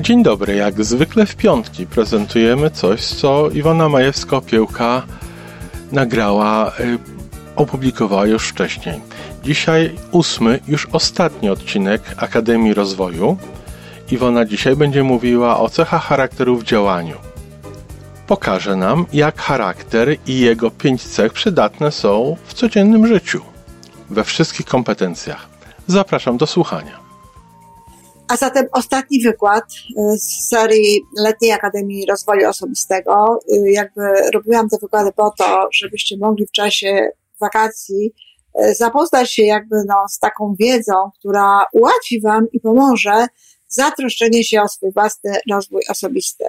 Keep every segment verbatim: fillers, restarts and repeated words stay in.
Dzień dobry, jak zwykle w piątki prezentujemy coś, co Iwona Majewska-Opiełka nagrała, y, opublikowała już wcześniej. Dzisiaj ósmy, już ostatni odcinek Akademii Rozwoju. Iwona dzisiaj będzie mówiła o cechach charakteru w działaniu. Pokaże nam, jak charakter i jego pięć cech przydatne są w codziennym życiu, we wszystkich kompetencjach. Zapraszam do słuchania. A zatem ostatni wykład z serii Letniej Akademii Rozwoju Osobistego. Jakby robiłam te wykłady po to, żebyście mogli w czasie wakacji zapoznać się jakby no z taką wiedzą, która ułatwi wam i pomoże zatroszczenie się o swój własny rozwój osobisty.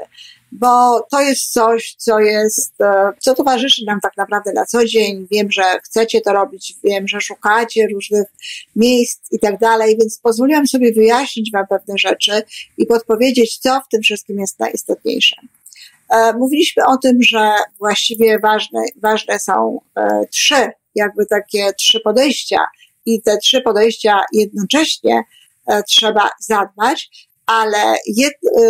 Bo to jest coś, co jest, co towarzyszy nam tak naprawdę na co dzień. Wiem, że chcecie to robić, wiem, że szukacie różnych miejsc i tak dalej, więc pozwoliłam sobie wyjaśnić wam pewne rzeczy i podpowiedzieć, co w tym wszystkim jest najistotniejsze. Mówiliśmy o tym, że właściwie ważne, ważne są trzy, jakby takie trzy podejścia i te trzy podejścia jednocześnie trzeba zadbać, ale jed,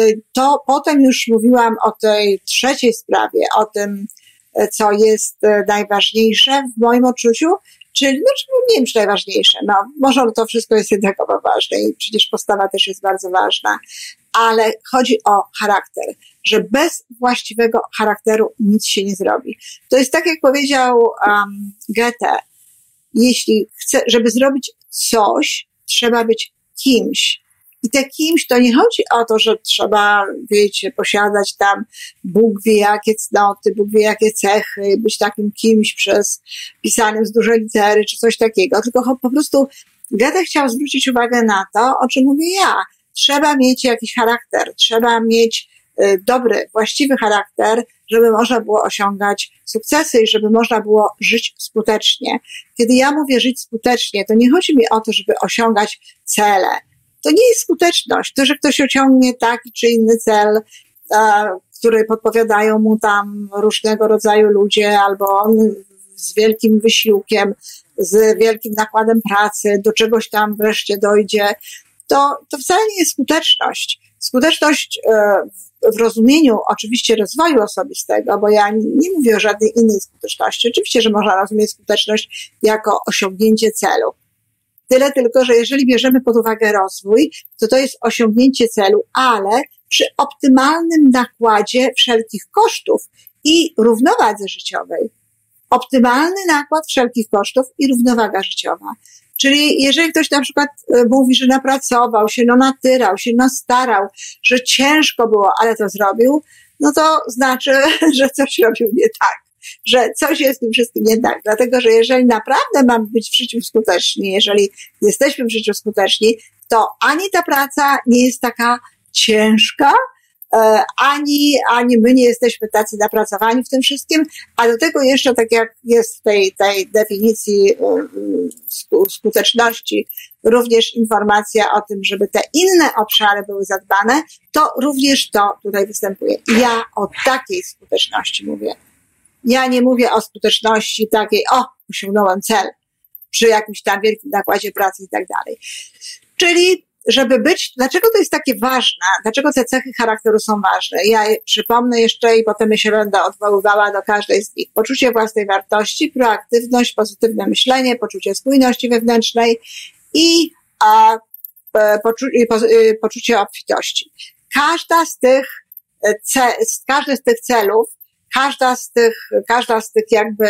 to potem już mówiłam o tej trzeciej sprawie, o tym, co jest najważniejsze w moim odczuciu, czyli, znaczy, nie wiem, czy najważniejsze, no, może to wszystko jest jednakowo ważne i przecież postawa też jest bardzo ważna, ale chodzi o charakter, że bez właściwego charakteru nic się nie zrobi. To jest tak, jak powiedział um, Goethe, jeśli chce, żeby zrobić coś, trzeba być kimś. I te kimś to nie chodzi o to, że trzeba, wiecie, posiadać tam Bóg wie jakie cnoty, Bóg wie jakie cechy, być takim kimś przez pisanym z dużej litery, czy coś takiego. Tylko po prostu Goethe chciał zwrócić uwagę na to, o czym mówię ja. Trzeba mieć jakiś charakter, trzeba mieć y, dobry, właściwy charakter, żeby można było osiągać sukcesy i żeby można było żyć skutecznie. Kiedy ja mówię żyć skutecznie, to nie chodzi mi o to, żeby osiągać cele. To nie jest skuteczność. To, że ktoś osiągnie taki czy inny cel, e, który podpowiadają mu tam różnego rodzaju ludzie, albo on z wielkim wysiłkiem, z wielkim nakładem pracy do czegoś tam wreszcie dojdzie, to, to wcale nie jest skuteczność. Skuteczność e, w rozumieniu oczywiście rozwoju osobistego, bo ja nie mówię o żadnej innej skuteczności. Oczywiście, że można rozumieć skuteczność jako osiągnięcie celu. Tyle tylko, że jeżeli bierzemy pod uwagę rozwój, to to jest osiągnięcie celu, ale przy optymalnym nakładzie wszelkich kosztów i równowadze życiowej. Optymalny nakład wszelkich kosztów i równowaga życiowa. Czyli jeżeli ktoś na przykład mówi, że napracował się, no natyrał się, no starał, że ciężko było, ale to zrobił, no to znaczy, że coś robił nie tak. Że coś jest w tym wszystkim nie tak. Dlatego, że jeżeli naprawdę mamy być w życiu skuteczni, jeżeli jesteśmy w życiu skuteczni, to ani ta praca nie jest taka ciężka, ani, ani my nie jesteśmy tacy napracowani w tym wszystkim, a do tego jeszcze, tak jak jest w tej, tej definicji skuteczności, również informacja o tym, żeby te inne obszary były zadbane, to również to tutaj występuje. Ja o takiej skuteczności mówię. Ja nie mówię o skuteczności takiej, o, osiągnąłem cel, przy jakimś tam wielkim nakładzie pracy i tak dalej. Czyli, żeby być, dlaczego to jest takie ważne? Dlaczego te cechy charakteru są ważne? Ja przypomnę jeszcze i potem się będę odwoływała do każdej z nich. Poczucie własnej wartości, proaktywność, pozytywne myślenie, poczucie spójności wewnętrznej i a, poczu, po, poczucie obfitości. Każda z tych, ce, każdy z tych celów, Każda z tych, każda z tych jakby,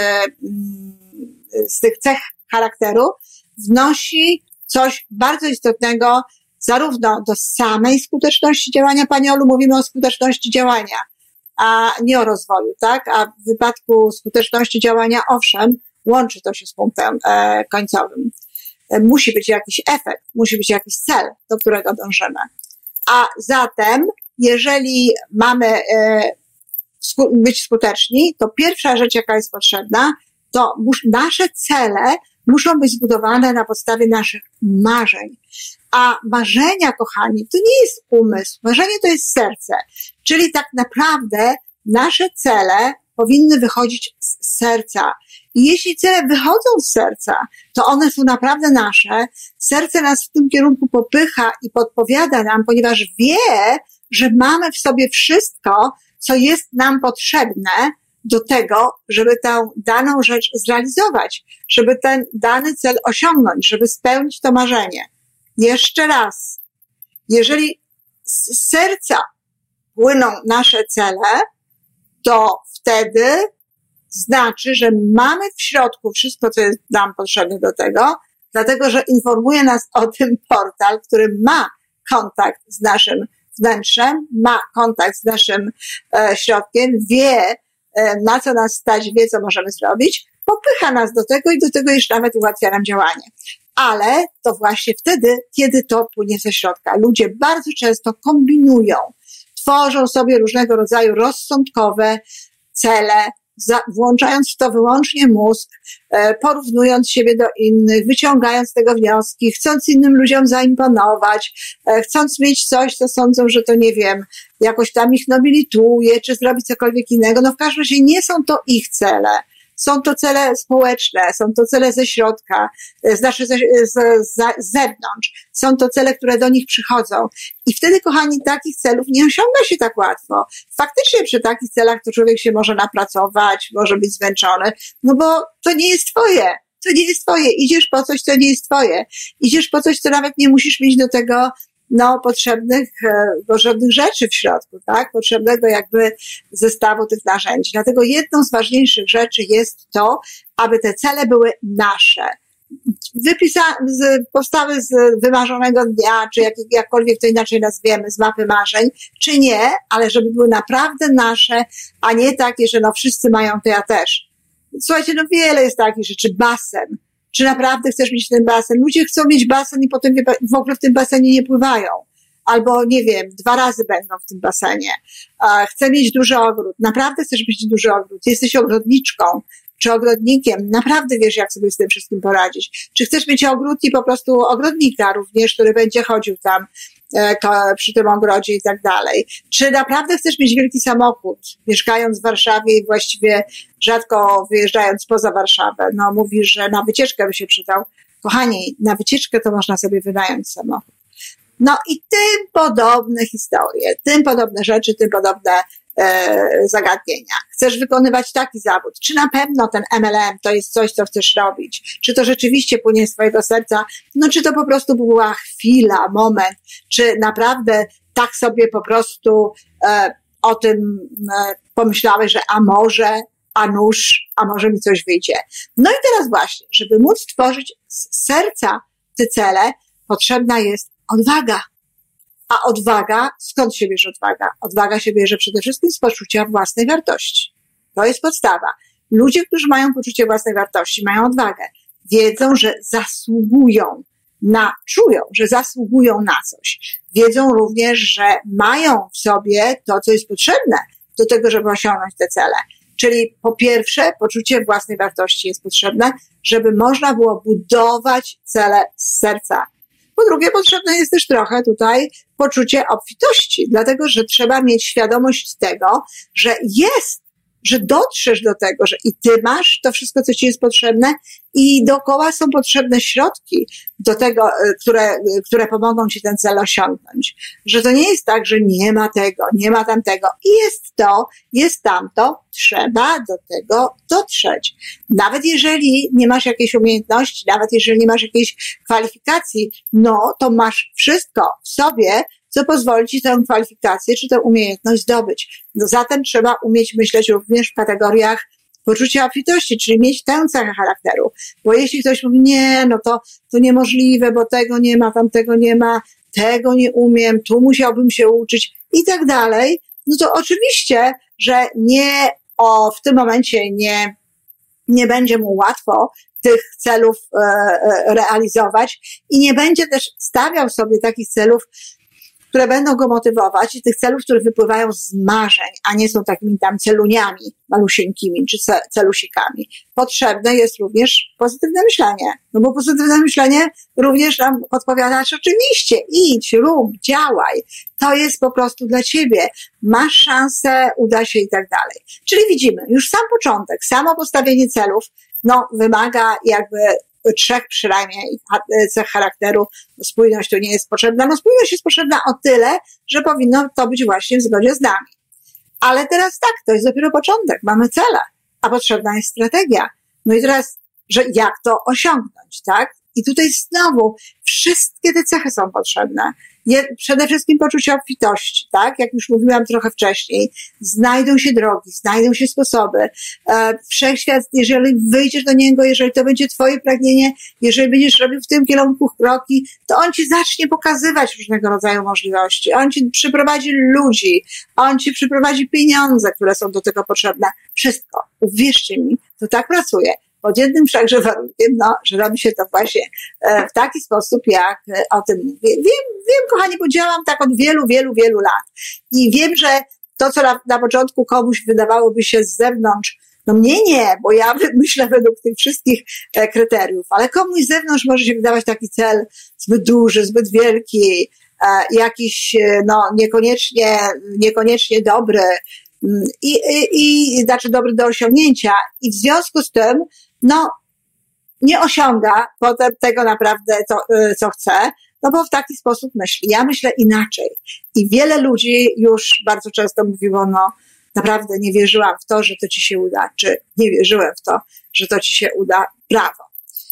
z tych cech charakteru wnosi coś bardzo istotnego zarówno do samej skuteczności działania. Pani Olu, mówimy o skuteczności działania, a nie o rozwoju, tak? A w wypadku skuteczności działania, owszem, łączy to się z punktem e, końcowym. E, musi być jakiś efekt, musi być jakiś cel, do którego dążymy. A zatem, jeżeli mamy e, być skuteczni, to pierwsza rzecz, jaka jest potrzebna, to nasze cele muszą być zbudowane na podstawie naszych marzeń. A marzenia, kochani, to nie jest umysł. Marzenie to jest serce. Czyli tak naprawdę nasze cele powinny wychodzić z serca. I jeśli cele wychodzą z serca, to one są naprawdę nasze. Serce nas w tym kierunku popycha i podpowiada nam, ponieważ wie, że mamy w sobie wszystko, co jest nam potrzebne do tego, żeby tę daną rzecz zrealizować, żeby ten dany cel osiągnąć, żeby spełnić to marzenie. Jeszcze raz, jeżeli z serca płyną nasze cele, to wtedy znaczy, że mamy w środku wszystko, co jest nam potrzebne do tego, dlatego, że informuje nas o tym portal, który ma kontakt z naszym wnętrzem, ma kontakt z naszym e, środkiem, wie, e, na co nas stać, wie, co możemy zrobić, popycha nas do tego i do tego jeszcze nawet ułatwia nam działanie. Ale to właśnie wtedy, kiedy to płynie ze środka. Ludzie bardzo często kombinują, tworzą sobie różnego rodzaju rozsądkowe cele, za, włączając w to wyłącznie mózg, e, porównując siebie do innych, wyciągając z tego wnioski, chcąc innym ludziom zaimponować, e, chcąc mieć coś, co sądzą, że to nie wiem, jakoś tam ich nobilituje, czy zrobić cokolwiek innego. No w każdym razie nie są to ich cele. Są to cele społeczne, są to cele ze środka, znaczy z, z, z, z zewnątrz. Są to cele, które do nich przychodzą. I wtedy, kochani, takich celów nie osiąga się tak łatwo. Faktycznie przy takich celach to człowiek się może napracować, może być zmęczony, no bo to nie jest twoje. To nie jest twoje. Idziesz po coś, co nie jest twoje. Idziesz po coś, co nawet nie musisz mieć do tego no, potrzebnych, potrzebnych rzeczy w środku, tak? Potrzebnego jakby zestawu tych narzędzi. Dlatego jedną z ważniejszych rzeczy jest to, aby te cele były nasze. Wypisa- z, powstały z wymarzonego dnia, czy jak, jakkolwiek to inaczej nazwiemy, z mapy marzeń, czy nie, ale żeby były naprawdę nasze, a nie takie, że no wszyscy mają, to ja też. Słuchajcie, no wiele jest takich rzeczy, basen. Czy naprawdę chcesz mieć ten basen? Ludzie chcą mieć basen i potem w ogóle w tym basenie nie pływają. Albo, nie wiem, dwa razy będą w tym basenie. Chcę mieć duży ogród. Naprawdę chcesz mieć duży ogród. Jesteś ogrodniczką czy ogrodnikiem. Naprawdę wiesz, jak sobie z tym wszystkim poradzić. Czy chcesz mieć ogród i po prostu ogrodnika również, który będzie chodził tam przy tym ogrodzie i tak dalej. Czy naprawdę chcesz mieć wielki samochód, mieszkając w Warszawie i właściwie rzadko wyjeżdżając poza Warszawę? No mówisz, że na wycieczkę by się przydał. Kochani, na wycieczkę to można sobie wynająć samochód. No i tym podobne historie, tym podobne rzeczy, tym podobne e, zagadnienia. Chcesz wykonywać taki zawód. Czy na pewno ten M L M to jest coś, co chcesz robić? Czy to rzeczywiście płynie z twojego serca? No czy to po prostu była chwila, moment? Czy naprawdę tak sobie po prostu e, o tym e, pomyślałeś, że a może, a nuż, a może mi coś wyjdzie? No i teraz właśnie, żeby móc tworzyć z serca te cele, potrzebna jest odwaga. A odwaga, skąd się bierze odwaga? Odwaga się bierze przede wszystkim z poczucia własnej wartości. To jest podstawa. Ludzie, którzy mają poczucie własnej wartości, mają odwagę. Wiedzą, że zasługują na, czują, że zasługują na coś. Wiedzą również, że mają w sobie to, co jest potrzebne do tego, żeby osiągnąć te cele. Czyli po pierwsze, poczucie własnej wartości jest potrzebne, żeby można było budować cele z serca. Po drugie, potrzebne jest też trochę tutaj poczucie obfitości, dlatego że trzeba mieć świadomość tego, że jest, że dotrzesz do tego, że i ty masz to wszystko, co ci jest potrzebne i dookoła są potrzebne środki do tego, które, które pomogą ci ten cel osiągnąć. Że to nie jest tak, że nie ma tego, nie ma tamtego. I jest to, jest tamto, trzeba do tego dotrzeć. Nawet jeżeli nie masz jakiejś umiejętności, nawet jeżeli nie masz jakiejś kwalifikacji, no to masz wszystko w sobie, co pozwoli ci tę kwalifikację czy tę umiejętność zdobyć. No zatem trzeba umieć myśleć również w kategoriach poczucia obfitości, czyli mieć tę cechę charakteru. Bo jeśli ktoś mówi, nie, no to, to niemożliwe, bo tego nie ma, tamtego nie ma, tego nie umiem, tu musiałbym się uczyć i tak dalej, no to oczywiście, że nie, o, w tym momencie nie, nie będzie mu łatwo tych celów e, e, realizować i nie będzie też stawiał sobie takich celów, które będą go motywować i tych celów, które wypływają z marzeń, a nie są takimi tam celuniami malusieńkimi czy celusikami. Potrzebne jest również pozytywne myślenie. No bo pozytywne myślenie również nam podpowiada, że oczywiście idź, rób, działaj. To jest po prostu dla ciebie. Masz szansę, uda się i tak dalej. Czyli widzimy, już sam początek, samo postawienie celów, no wymaga jakby trzech przynajmniej cech charakteru. No, spójność tu nie jest potrzebna. No spójność jest potrzebna o tyle, że powinno to być właśnie w zgodzie z nami. Ale teraz tak, to jest dopiero początek, mamy cele, a potrzebna jest strategia. No i teraz, że jak to osiągnąć, tak? I tutaj znowu wszystkie te cechy są potrzebne. Je, przede wszystkim poczucie obfitości, tak? Jak już mówiłam trochę wcześniej, znajdą się drogi, znajdą się sposoby. E, wszechświat, jeżeli wyjdziesz do niego, jeżeli to będzie twoje pragnienie, jeżeli będziesz robił w tym kierunku kroki, to on ci zacznie pokazywać różnego rodzaju możliwości. On ci przyprowadzi ludzi, on ci przyprowadzi pieniądze, które są do tego potrzebne. Wszystko. Uwierzcie mi, to tak pracuje. Pod jednym wszakże warunkiem, no, że robi się to właśnie w taki sposób, jak o tym mówię. Wiem, wiem, kochani, bo działam tak od wielu, wielu, wielu lat. I wiem, że to, co na, na początku komuś wydawałoby się z zewnątrz, no mnie nie, bo ja myślę według tych wszystkich kryteriów, ale komuś z zewnątrz może się wydawać taki cel zbyt duży, zbyt wielki, jakiś, no, niekoniecznie, niekoniecznie dobry, I, i, i znaczy dobry do osiągnięcia i w związku z tym, no, nie osiąga potem tego naprawdę, co, co chce, no bo w taki sposób myśli. Ja myślę inaczej. I wiele ludzi już bardzo często mówiło, no, naprawdę nie wierzyłam w to, że to ci się uda, czy nie wierzyłem w to, że to ci się uda. Brawo.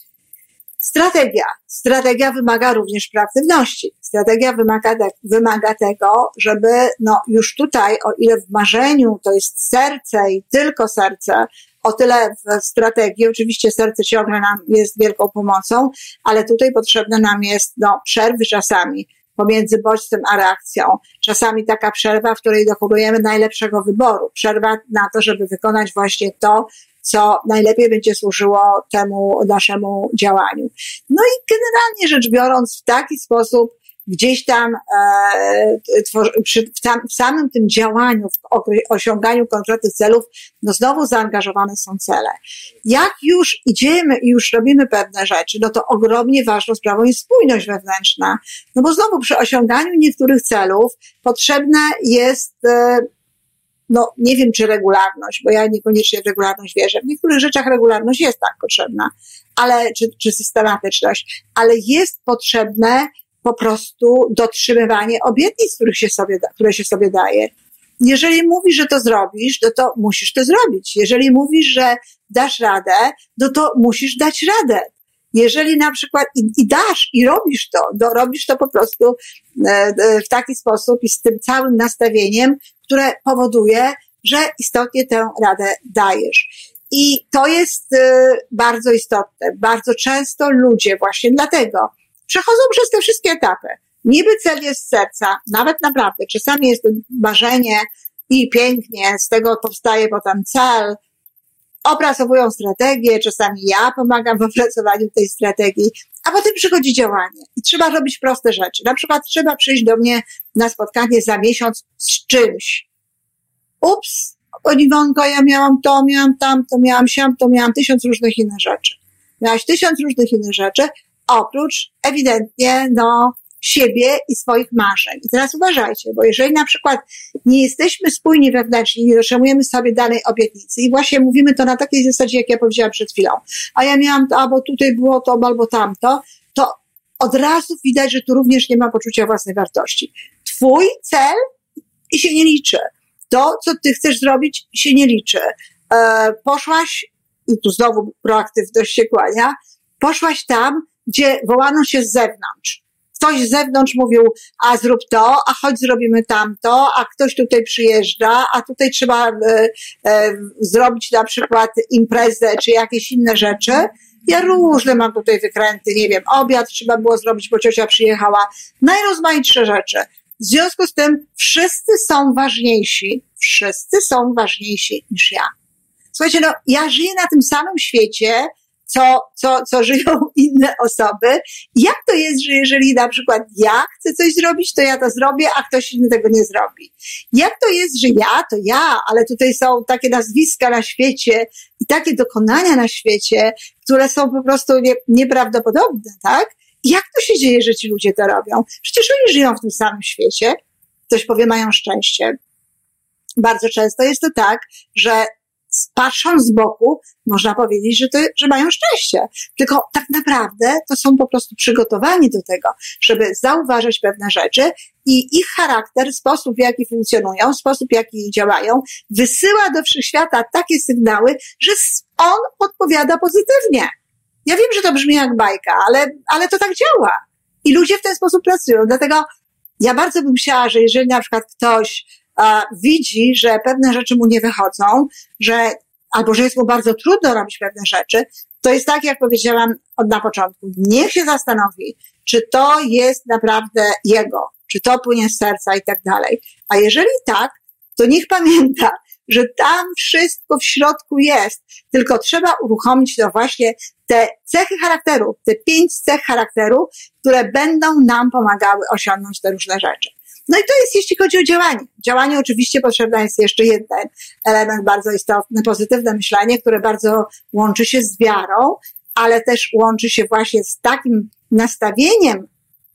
Strategia. Strategia wymaga również proaktywności. Strategia wymaga, wymaga tego, żeby, no, już tutaj, o ile w marzeniu to jest serce i tylko serce, o tyle w strategii, oczywiście serce ciągle nam jest wielką pomocą, ale tutaj potrzebne nam jest, no, przerwy czasami pomiędzy bodźcem a reakcją. Czasami taka przerwa, w której dokonujemy najlepszego wyboru. Przerwa na to, żeby wykonać właśnie to, co najlepiej będzie służyło temu naszemu działaniu. No i generalnie rzecz biorąc, w taki sposób gdzieś tam e, tworzy, przy, w, tam, w samym tym działaniu, w osiąganiu konkretnych celów, no znowu zaangażowane są cele. Jak już idziemy i już robimy pewne rzeczy, no to ogromnie ważną sprawą jest spójność wewnętrzna. No bo znowu przy osiąganiu niektórych celów potrzebne jest e, no nie wiem, czy regularność, bo ja niekoniecznie w regularność wierzę. W niektórych rzeczach regularność jest tak potrzebna, ale, czy, czy systematyczność, ale jest potrzebne po prostu dotrzymywanie obietnic, których się sobie, które się sobie daje. Jeżeli mówisz, że to zrobisz, no to musisz to zrobić. Jeżeli mówisz, że dasz radę, no to musisz dać radę. Jeżeli na przykład i, i dasz, i robisz to, do, robisz to po prostu e, w taki sposób i z tym całym nastawieniem, które powoduje, że istotnie tę radę dajesz. I to jest e, bardzo istotne. Bardzo często ludzie właśnie dlatego przechodzą przez te wszystkie etapy. Niby cel jest z serca, nawet naprawdę. Czasami jest to marzenie i pięknie, z tego powstaje potem cel, opracowują strategię, czasami ja pomagam w opracowaniu tej strategii, a potem przychodzi działanie i trzeba robić proste rzeczy. Na przykład trzeba przyjść do mnie na spotkanie za miesiąc z czymś. Ups, Iwonko, ja miałam to, miałam tamto, miałam siamto, miałam tysiąc różnych innych rzeczy. Miałaś tysiąc różnych innych rzeczy, oprócz ewidentnie, no, siebie i swoich marzeń. I teraz uważajcie, bo jeżeli na przykład nie jesteśmy spójni wewnętrznie, nie dotrzymujemy sobie danej obietnicy i właśnie mówimy to na takiej zasadzie, jak ja powiedziałam przed chwilą, a ja miałam to, albo tutaj było to, albo tamto, to od razu widać, że tu również nie ma poczucia własnej wartości. Twój cel i się nie liczy. To, co ty chcesz zrobić, się nie liczy. E, poszłaś, i tu znowu proaktywność się kłania, poszłaś tam, gdzie wołano się z zewnątrz. Ktoś z zewnątrz mówił, a zrób to, a chodź zrobimy tamto, a ktoś tutaj przyjeżdża, a tutaj trzeba e, e, zrobić na przykład imprezę, czy jakieś inne rzeczy. Ja różne mam tutaj wykręty, nie wiem, obiad trzeba było zrobić, bo ciocia przyjechała. Najrozmaitsze rzeczy. W związku z tym wszyscy są ważniejsi, wszyscy są ważniejsi niż ja. Słuchajcie, no ja żyję na tym samym świecie, co, co, co żyją inne osoby. Jak to jest, że jeżeli na przykład ja chcę coś zrobić, to ja to zrobię, a ktoś inny tego nie zrobi? Jak to jest, że ja, to ja, ale tutaj są takie nazwiska na świecie i takie dokonania na świecie, które są po prostu nie, nieprawdopodobne, tak? Jak to się dzieje, że ci ludzie to robią? Przecież oni żyją w tym samym świecie. Ktoś powie, mają szczęście. Bardzo często jest to tak, że patrząc z boku, można powiedzieć, że, to, że mają szczęście. Tylko tak naprawdę to są po prostu przygotowani do tego, żeby zauważać pewne rzeczy i ich charakter, sposób w jaki funkcjonują, sposób w jaki działają, wysyła do wszechświata takie sygnały, że on odpowiada pozytywnie. Ja wiem, że to brzmi jak bajka, ale, ale to tak działa. I ludzie w ten sposób pracują. Dlatego ja bardzo bym chciała, że jeżeli na przykład ktoś a, widzi, że pewne rzeczy mu nie wychodzą, że, albo że jest mu bardzo trudno robić pewne rzeczy, to jest tak, jak powiedziałam od na początku. Niech się zastanowi, czy to jest naprawdę jego, czy to płynie z serca i tak dalej. A jeżeli tak, to niech pamięta, że tam wszystko w środku jest, tylko trzeba uruchomić to właśnie te cechy charakteru, te pięć cech charakteru, które będą nam pomagały osiągnąć te różne rzeczy. No i to jest, jeśli chodzi o działanie. Działanie oczywiście potrzebny jest jeszcze jeden element bardzo istotny, pozytywne myślenie, które bardzo łączy się z wiarą, ale też łączy się właśnie z takim nastawieniem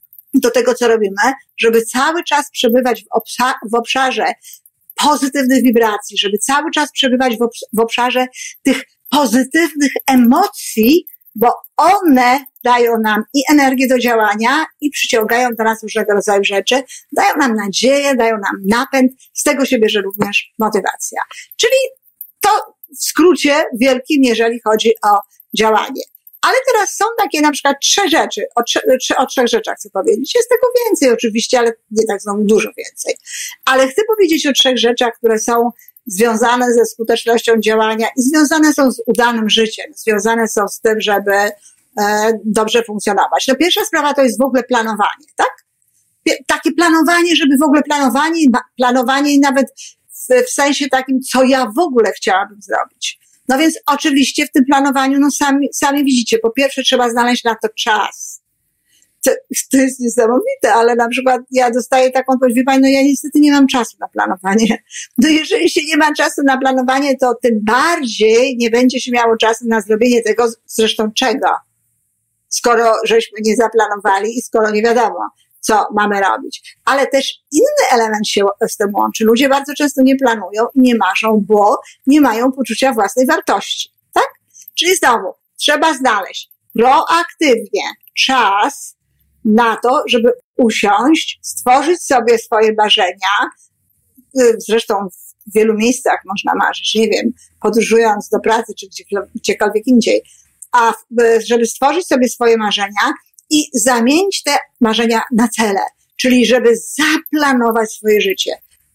do tego, co robimy, żeby cały czas przebywać w, obsza- w obszarze pozytywnych wibracji, żeby cały czas przebywać w, obs- w obszarze tych pozytywnych emocji, bo one dają nam i energię do działania i przyciągają do nas różnego rodzaju rzeczy, dają nam nadzieję, dają nam napęd, z tego się bierze również motywacja. Czyli to w skrócie wielkim, jeżeli chodzi o działanie. Ale teraz są takie na przykład trzy rzeczy, o, trze, o trzech rzeczach chcę powiedzieć. Jest tego więcej oczywiście, ale nie tak znowu dużo więcej. Ale chcę powiedzieć o trzech rzeczach, które są związane ze skutecznością działania i związane są z udanym życiem, związane są z tym, żeby e, dobrze funkcjonować. No pierwsza sprawa to jest w ogóle planowanie, tak? Takie planowanie, żeby w ogóle planowanie, planowanie i nawet w, w sensie takim, co ja w ogóle chciałabym zrobić. No więc oczywiście w tym planowaniu, no sami, sami widzicie, po pierwsze trzeba znaleźć na to czas. To, to jest niesamowite, ale na przykład ja dostaję taką odpowiedź, wie pani, no ja niestety nie mam czasu na planowanie. No jeżeli się nie ma czasu na planowanie, to tym bardziej nie będzie się miało czasu na zrobienie tego, zresztą czego? Skoro żeśmy nie zaplanowali i skoro nie wiadomo, co mamy robić. Ale też inny element się z tym łączy. Ludzie bardzo często nie planują i nie marzą, bo nie mają poczucia własnej wartości. Tak? Czyli znowu, trzeba znaleźć proaktywnie czas na to, żeby usiąść, stworzyć sobie swoje marzenia. Zresztą w wielu miejscach można marzyć, nie wiem, podróżując do pracy czy gdziekolwiek indziej. A żeby stworzyć sobie swoje marzenia i zamienić te marzenia na cele, czyli żeby zaplanować swoje życie.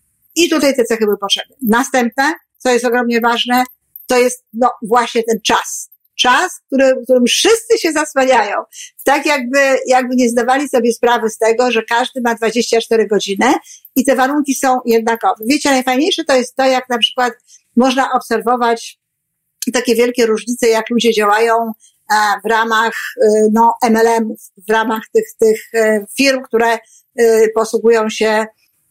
I tutaj te cechy były potrzebne. Następne, co jest ogromnie ważne, to jest no właśnie ten czas. Czas, który, którym wszyscy się zasłaniają. Tak jakby, jakby nie zdawali sobie sprawy z tego, że każdy ma dwadzieścia cztery godziny i te warunki są jednakowe. Wiecie, najfajniejsze to jest to, jak na przykład można obserwować takie wielkie różnice, jak ludzie działają w ramach no, M L M-ów, w ramach tych, tych firm, które posługują się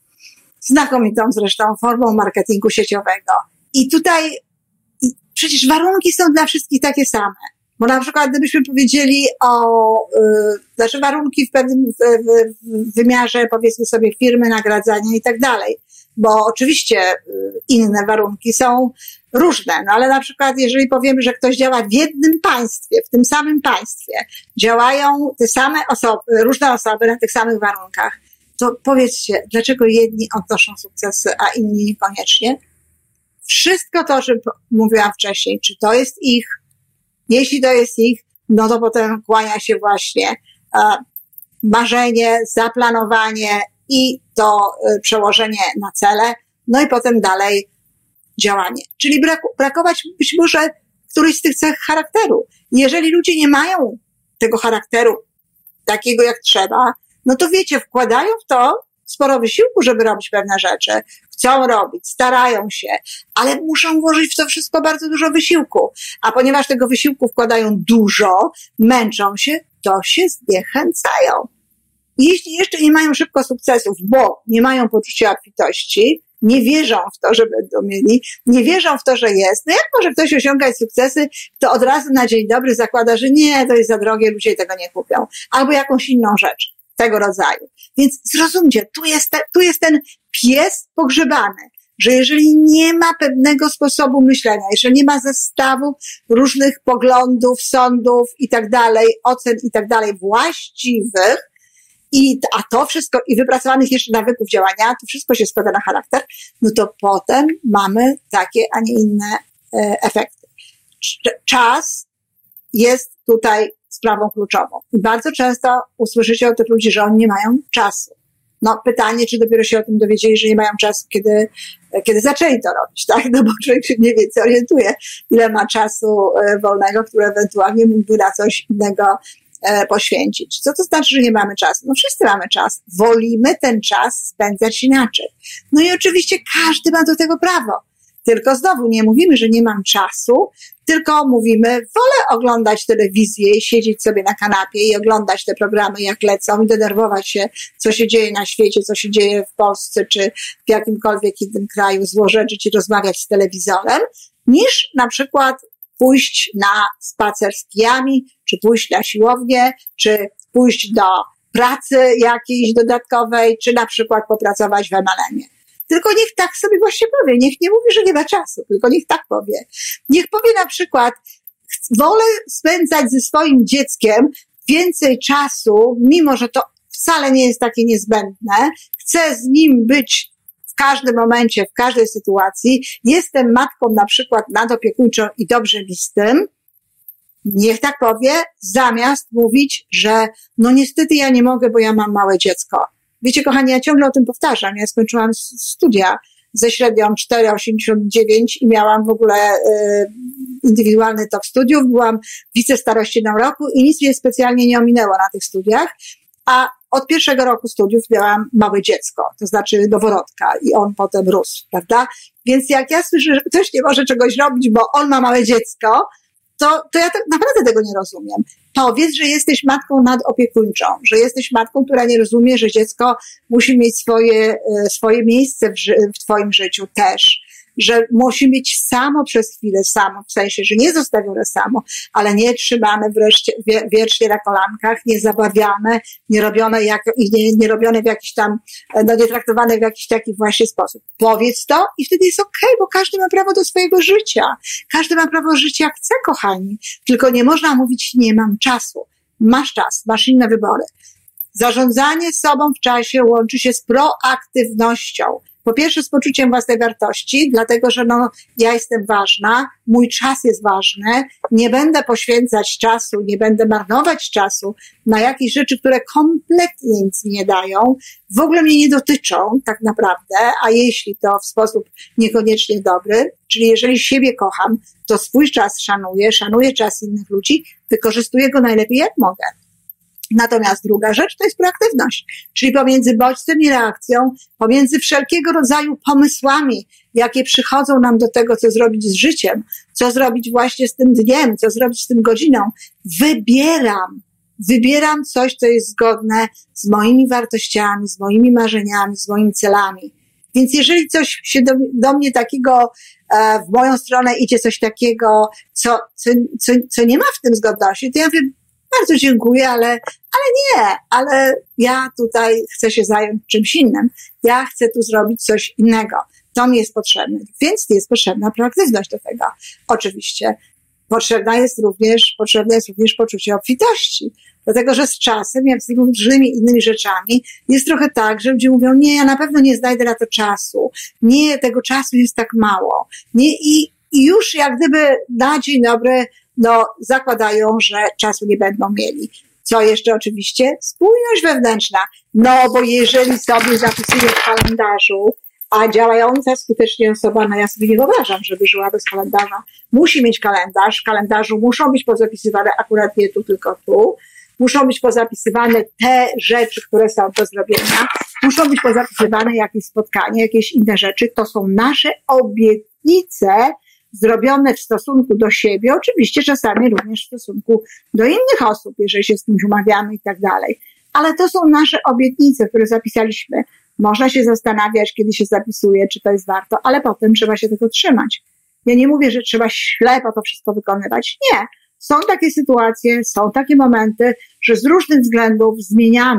znakomitą zresztą formą marketingu sieciowego. I tutaj przecież warunki są dla wszystkich takie same. Bo na przykład gdybyśmy powiedzieli o, yy, znaczy warunki w pewnym w, w, w wymiarze, powiedzmy sobie, firmy, nagradzania i tak dalej. Bo oczywiście yy, inne warunki są różne, no ale na przykład jeżeli powiemy, że ktoś działa w jednym państwie, w tym samym państwie, działają te same osoby, różne osoby na tych samych warunkach, to powiedzcie, dlaczego jedni odnoszą sukcesy, a inni niekoniecznie? Wszystko to, o czym mówiłam wcześniej, czy to jest ich, jeśli to jest ich, no to potem kłania się właśnie e, marzenie, zaplanowanie i to e, przełożenie na cele, no i potem dalej działanie. Czyli brak, brakować być może któryś z tych cech charakteru. Jeżeli ludzie nie mają tego charakteru takiego jak trzeba, no to wiecie, wkładają w to sporo wysiłku, żeby robić pewne rzeczy. Chcą robić, starają się, ale muszą włożyć w to wszystko bardzo dużo wysiłku. A ponieważ tego wysiłku wkładają dużo, męczą się, to się zniechęcają. I jeśli jeszcze nie mają szybko sukcesów, bo nie mają poczucia obfitości, nie wierzą w to, że będą mieli, nie wierzą w to, że jest. No jak może ktoś osiągać sukcesy, to od razu na dzień dobry zakłada, że nie, to jest za drogie, ludzie tego nie kupią. Albo jakąś inną rzecz tego rodzaju. Więc zrozumcie, tu jest, te, tu jest ten pies pogrzebany, że jeżeli nie ma pewnego sposobu myślenia, jeżeli nie ma zestawu różnych poglądów, sądów i tak dalej, ocen i tak dalej właściwych, i, a to wszystko, i wypracowanych jeszcze nawyków działania, to wszystko się składa na charakter, no to potem mamy takie, a nie inne e, efekty. Czas jest tutaj sprawą kluczową. I bardzo często usłyszycie od tych ludzi, że oni nie mają czasu. No pytanie, czy dopiero się o tym dowiedzieli, że nie mają czasu, kiedy, kiedy zaczęli to robić, tak? No bo człowiek się mniej więcej orientuje, ile ma czasu wolnego, który ewentualnie mógłby na coś innego e, poświęcić. Co to znaczy, że nie mamy czasu? No wszyscy mamy czas. Wolimy ten czas spędzać inaczej. No i oczywiście każdy ma do tego prawo. Tylko znowu nie mówimy, że nie mam czasu, tylko mówimy, wolę oglądać telewizję i siedzieć sobie na kanapie i oglądać te programy, jak lecą, i denerwować się, co się dzieje na świecie, co się dzieje w Polsce, czy w jakimkolwiek innym kraju, złorzeczyć i rozmawiać z telewizorem, niż na przykład pójść na spacer z kijami, czy pójść na siłownię, czy pójść do pracy jakiejś dodatkowej, czy na przykład popracować w em el emie. Tylko niech tak sobie właśnie powie. Niech nie mówi, że nie ma czasu, tylko niech tak powie. Niech powie na przykład, wolę spędzać ze swoim dzieckiem więcej czasu, mimo że to wcale nie jest takie niezbędne. Chcę z nim być w każdym momencie, w każdej sytuacji. Jestem matką na przykład nadopiekuńczą i dobrze mi z tym. Niech tak powie, zamiast mówić, że no niestety ja nie mogę, bo ja mam małe dziecko. Wiecie, kochani, ja ciągle o tym powtarzam. Ja skończyłam studia ze średnią cztery przecinek osiemdziesiąt dziewięć i miałam w ogóle y, indywidualny tok studiów. Byłam wicestarościną roku i nic mnie specjalnie nie ominęło na tych studiach. A od pierwszego roku studiów miałam małe dziecko, to znaczy noworodka, i on potem rósł, prawda? Więc jak ja słyszę, że ktoś nie może czegoś robić, bo on ma małe dziecko, to, to ja tak naprawdę tego nie rozumiem. Powiedz, że jesteś matką nadopiekuńczą, że jesteś matką, która nie rozumie, że dziecko musi mieć swoje, swoje miejsce w, ży- w twoim życiu też, że musi być samo przez chwilę, samo, w sensie, że nie zostawione samo, ale nie trzymane wreszcie, wie, wiecznie na kolankach, nie zabawiane, nie robione, jak, nie, nie robione w jakiś tam, no nie traktowane w jakiś taki właśnie sposób. Powiedz to i wtedy jest okej, okay, bo każdy ma prawo do swojego życia. Każdy ma prawo życia jak chce, kochani. Tylko nie można mówić, nie mam czasu. Masz czas, masz inne wybory. Zarządzanie sobą w czasie łączy się z proaktywnością. Po pierwsze z poczuciem własnej wartości, dlatego że no, ja jestem ważna, mój czas jest ważny, nie będę poświęcać czasu, nie będę marnować czasu na jakieś rzeczy, które kompletnie nic mi nie dają, w ogóle mnie nie dotyczą tak naprawdę, a jeśli to w sposób niekoniecznie dobry, czyli jeżeli siebie kocham, to swój czas szanuję, szanuję czas innych ludzi, wykorzystuję go najlepiej jak mogę. Natomiast druga rzecz to jest proaktywność, czyli pomiędzy bodźcem i reakcją, pomiędzy wszelkiego rodzaju pomysłami, jakie przychodzą nam do tego, co zrobić z życiem, co zrobić właśnie z tym dniem, co zrobić z tym godziną. Wybieram, wybieram coś, co jest zgodne z moimi wartościami, z moimi marzeniami, z moimi celami. Więc jeżeli coś się do, do mnie takiego, e, w moją stronę idzie coś takiego, co, co, co, co nie ma w tym zgodności, to ja wiem, bardzo dziękuję, ale, ale nie, ale ja tutaj chcę się zająć czymś innym. Ja chcę tu zrobić coś innego. To mi jest potrzebne. Więc jest potrzebna proaktywność do tego. Oczywiście potrzebna jest również, potrzebne jest również poczucie obfitości. Dlatego, że z czasem, jak z różnymi innymi rzeczami, jest trochę tak, że ludzie mówią, nie, ja na pewno nie znajdę na to czasu. Nie, tego czasu jest tak mało. Nie, i, i już jak gdyby na dzień dobry no, zakładają, że czasu nie będą mieli. Co jeszcze oczywiście? Spójność wewnętrzna. No, bo jeżeli sobie zapisuję w kalendarzu, a działająca skutecznie osoba, no ja sobie nie wyobrażam, żeby żyła bez kalendarza. Musi mieć kalendarz. W kalendarzu muszą być pozapisywane akurat nie tu, tylko tu. Muszą być pozapisywane te rzeczy, które są do zrobienia. Muszą być pozapisywane jakieś spotkania, jakieś inne rzeczy. To są nasze obietnice, zrobione w stosunku do siebie, oczywiście czasami również w stosunku do innych osób, jeżeli się z kimś umawiamy i tak dalej. Ale to są nasze obietnice, które zapisaliśmy. Można się zastanawiać, kiedy się zapisuje, czy to jest warto, ale potem trzeba się tego trzymać. Ja nie mówię, że trzeba ślepo to wszystko wykonywać. Nie. Są takie sytuacje, są takie momenty, że z różnych względów zmieniamy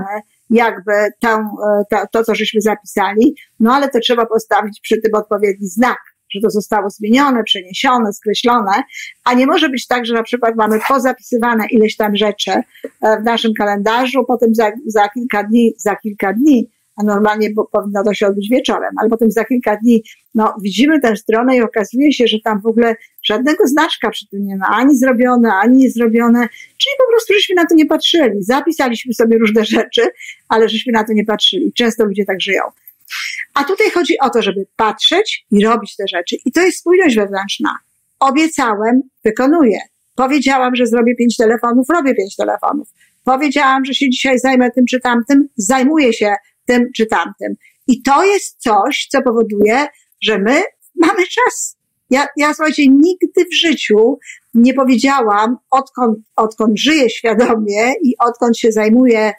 jakby tę, to, to, co żeśmy zapisali, no ale to trzeba postawić przy tym odpowiedni znak, że to zostało zmienione, przeniesione, skreślone, a nie może być tak, że na przykład mamy pozapisywane ileś tam rzeczy w naszym kalendarzu, potem za, za kilka dni, za kilka dni, a normalnie bo powinno to się odbyć wieczorem, ale potem za kilka dni, no widzimy tę stronę i okazuje się, że tam w ogóle żadnego znaczka przy tym nie ma, ani zrobione, ani nie zrobione, czyli po prostu żeśmy na to nie patrzyli. Zapisaliśmy sobie różne rzeczy, ale żeśmy na to nie patrzyli. Często ludzie tak żyją. A tutaj chodzi o to, żeby patrzeć i robić te rzeczy. I to jest spójność wewnętrzna. Obiecałem, wykonuję. Powiedziałam, że zrobię pięć telefonów, robię pięć telefonów. Powiedziałam, że się dzisiaj zajmę tym czy tamtym, zajmuję się tym czy tamtym. I to jest coś, co powoduje, że my mamy czas. Ja, ja słuchajcie, nigdy w życiu nie powiedziałam, odkąd, odkąd żyję świadomie i odkąd się zajmuję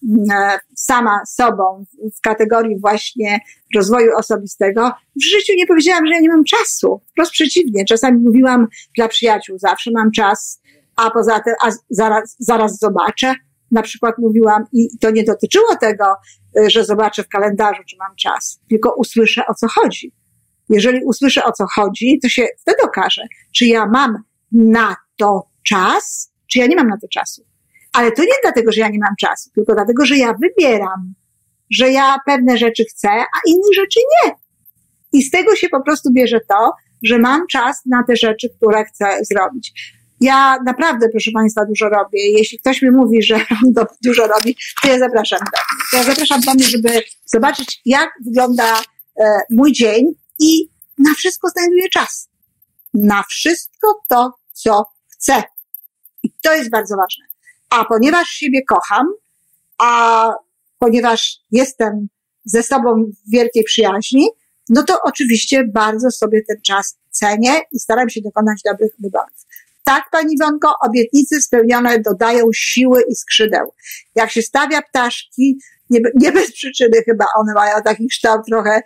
sama sobą w kategorii właśnie rozwoju osobistego, w życiu nie powiedziałam, że ja nie mam czasu. Wprost przeciwnie. Czasami mówiłam dla przyjaciół, zawsze mam czas, a poza tym, a zaraz, zaraz zobaczę. Na przykład mówiłam, i to nie dotyczyło tego, że zobaczę w kalendarzu, czy mam czas, tylko usłyszę, o co chodzi. Jeżeli usłyszę, o co chodzi, to się wtedy okaże, czy ja mam na to czas, czy ja nie mam na to czasu. Ale to nie dlatego, że ja nie mam czasu, tylko dlatego, że ja wybieram, że ja pewne rzeczy chcę, a innych rzeczy nie. I z tego się po prostu bierze to, że mam czas na te rzeczy, które chcę zrobić. Ja naprawdę, proszę Państwa, dużo robię. Jeśli ktoś mi mówi, że dużo robi, to ja zapraszam do mnie. To ja zapraszam do mnie, żeby zobaczyć, jak wygląda e, mój dzień i na wszystko znajduję czas. Na wszystko to, co chcę. I to jest bardzo ważne. A ponieważ siebie kocham, a ponieważ jestem ze sobą w wielkiej przyjaźni, no to oczywiście bardzo sobie ten czas cenię i staram się dokonać dobrych wyborów. Tak, Pani Iwonko, obietnice spełnione dodają siły i skrzydeł. Jak się stawia ptaszki, nie, nie bez przyczyny chyba one mają taki kształt trochę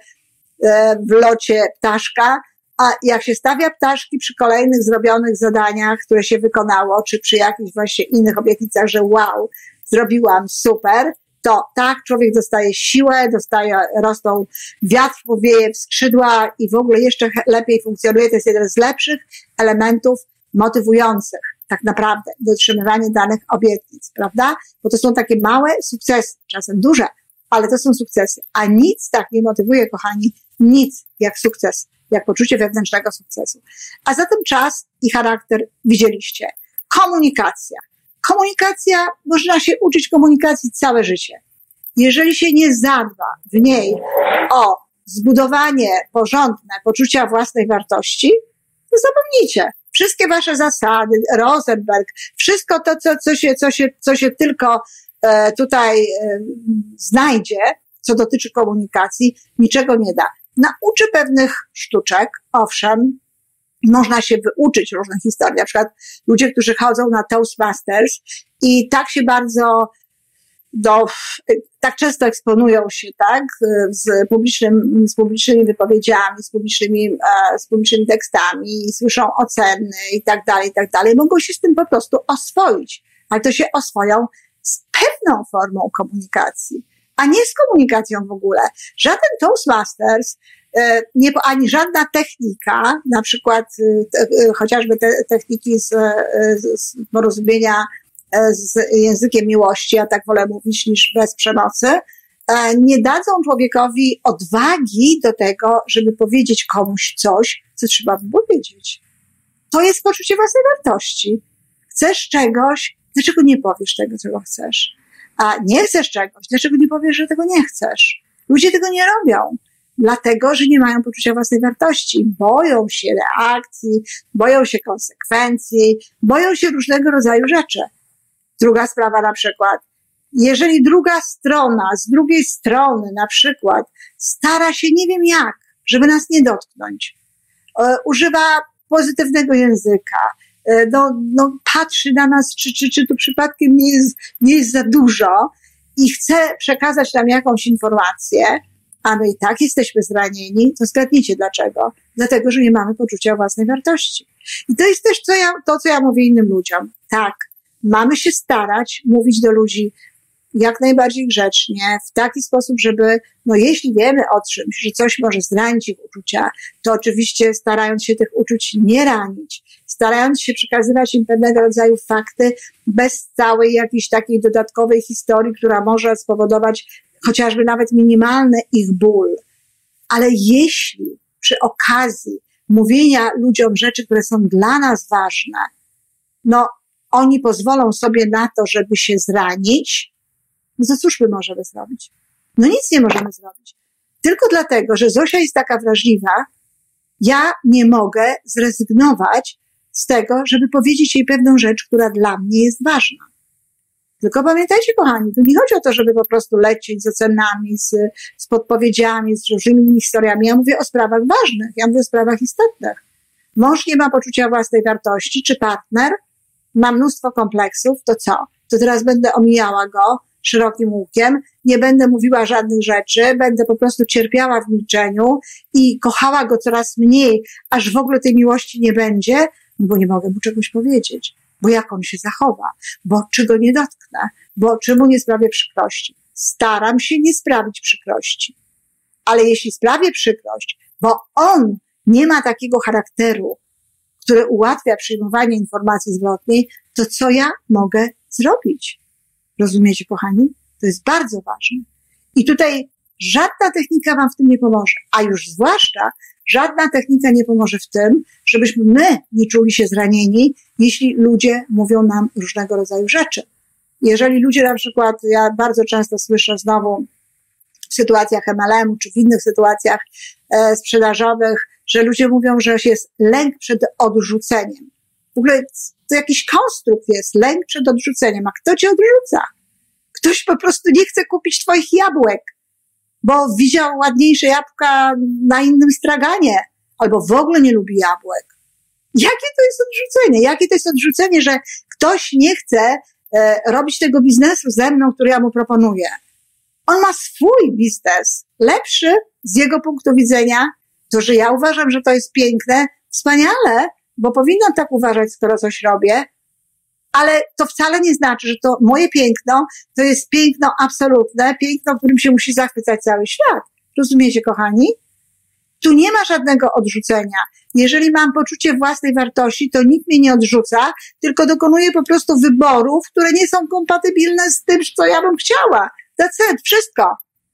e, w locie ptaszka, a jak się stawia ptaszki przy kolejnych zrobionych zadaniach, które się wykonało, czy przy jakichś właśnie innych obietnicach, że wow, zrobiłam super, to tak, człowiek dostaje siłę, dostaje, rosną, wiatr powieje w skrzydła i w ogóle jeszcze lepiej funkcjonuje. To jest jeden z lepszych elementów motywujących tak naprawdę do dotrzymywania danych obietnic, prawda? Bo to są takie małe sukcesy, czasem duże, ale to są sukcesy. A nic tak nie motywuje, kochani, nic jak sukces, jak poczucie wewnętrznego sukcesu. A zatem czas i charakter widzieliście. Komunikacja. Komunikacja, można się uczyć komunikacji całe życie. Jeżeli się nie zadba w niej o zbudowanie porządne poczucia własnej wartości, to zapomnijcie. Wszystkie wasze zasady, Rosenberg, wszystko to, co, co, się, co, się, co się tylko e, tutaj e, znajdzie, co dotyczy komunikacji, niczego nie da. Nauczy pewnych sztuczek, owszem, można się wyuczyć różnych historii, na przykład ludzie, którzy chodzą na Toastmasters i tak się bardzo do, tak często eksponują się, tak, z publicznym, z publicznymi wypowiedziami, z publicznymi, z publicznymi tekstami, i słyszą oceny i tak dalej, i tak dalej, mogą się z tym po prostu oswoić, ale to się oswoją z pewną formą komunikacji, a nie z komunikacją w ogóle. Żaden Toastmasters, nie, ani żadna technika, na przykład te, chociażby te techniki z, z porozumienia z językiem miłości, ja tak wolę mówić, niż bez przemocy, nie dadzą człowiekowi odwagi do tego, żeby powiedzieć komuś coś, co trzeba by powiedzieć. To jest poczucie własnej wartości. Chcesz czegoś, dlaczego nie powiesz tego, czego chcesz? A nie chcesz czegoś, dlaczego nie powiesz, że tego nie chcesz? Ludzie tego nie robią. Dlatego, że nie mają poczucia własnej wartości. Boją się reakcji, boją się konsekwencji, boją się różnego rodzaju rzeczy. Druga sprawa na przykład, jeżeli druga strona z drugiej strony na przykład stara się nie wiem jak, żeby nas nie dotknąć, e, używa pozytywnego języka, e, no, no, patrzy na nas, czy, czy, czy to przypadkiem nie jest, nie jest za dużo i chce przekazać nam jakąś informację, a my i tak jesteśmy zranieni, to zgadnijcie dlaczego. Dlatego, że nie mamy poczucia własnej wartości. I to jest też co ja, to, co ja mówię innym ludziom. Tak, mamy się starać mówić do ludzi jak najbardziej grzecznie, w taki sposób, żeby, no jeśli wiemy o czymś, że coś może zranić ich uczucia, to oczywiście starając się tych uczuć nie ranić, starając się przekazywać im pewnego rodzaju fakty bez całej jakiejś takiej dodatkowej historii, która może spowodować chociażby nawet minimalny ich ból. Ale jeśli przy okazji mówienia ludziom rzeczy, które są dla nas ważne, no oni pozwolą sobie na to, żeby się zranić, no to cóż my możemy zrobić? No nic nie możemy zrobić. Tylko dlatego, że Zosia jest taka wrażliwa, ja nie mogę zrezygnować z tego, żeby powiedzieć jej pewną rzecz, która dla mnie jest ważna. Tylko pamiętajcie, kochani, tu nie chodzi o to, żeby po prostu lecieć z ocenami, z, z podpowiedziami, z różnymi historiami. Ja mówię o sprawach ważnych, ja mówię o sprawach istotnych. Mąż nie ma poczucia własnej wartości, czy partner ma mnóstwo kompleksów, to co? To teraz będę omijała go szerokim łukiem, nie będę mówiła żadnych rzeczy, będę po prostu cierpiała w milczeniu i kochała go coraz mniej, aż w ogóle tej miłości nie będzie, no bo nie mogę mu czegoś powiedzieć, bo jak on się zachowa, bo czy go nie dotknę, bo czy mu nie sprawię przykrości. Staram się nie sprawić przykrości, ale jeśli sprawię przykrość, bo on nie ma takiego charakteru, który ułatwia przyjmowanie informacji zwrotnej, to co ja mogę zrobić? Rozumiecie, kochani? To jest bardzo ważne. I tutaj żadna technika wam w tym nie pomoże, a już zwłaszcza żadna technika nie pomoże w tym, żebyśmy my nie czuli się zranieni, jeśli ludzie mówią nam różnego rodzaju rzeczy. Jeżeli ludzie na przykład, ja bardzo często słyszę znowu w sytuacjach M L M-u czy w innych sytuacjach e, sprzedażowych, że ludzie mówią, że jest lęk przed odrzuceniem. W ogóle to jakiś konstrukt jest, lęk przed odrzuceniem. A kto cię odrzuca? Ktoś po prostu nie chce kupić twoich jabłek, bo widział ładniejsze jabłka na innym straganie, albo w ogóle nie lubi jabłek. Jakie to jest odrzucenie? Jakie to jest odrzucenie, że ktoś nie chce e, robić tego biznesu ze mną, który ja mu proponuję? On ma swój biznes, lepszy z jego punktu widzenia. To, że ja uważam, że to jest piękne, wspaniale, bo powinnam tak uważać, skoro coś robię, ale to wcale nie znaczy, że to moje piękno to jest piękno absolutne, piękno, którym się musi zachwycać cały świat. Rozumiecie, kochani? Tu nie ma żadnego odrzucenia. Jeżeli mam poczucie własnej wartości, to nikt mnie nie odrzuca, tylko dokonuję po prostu wyborów, które nie są kompatybilne z tym, co ja bym chciała. That's it, wszystko.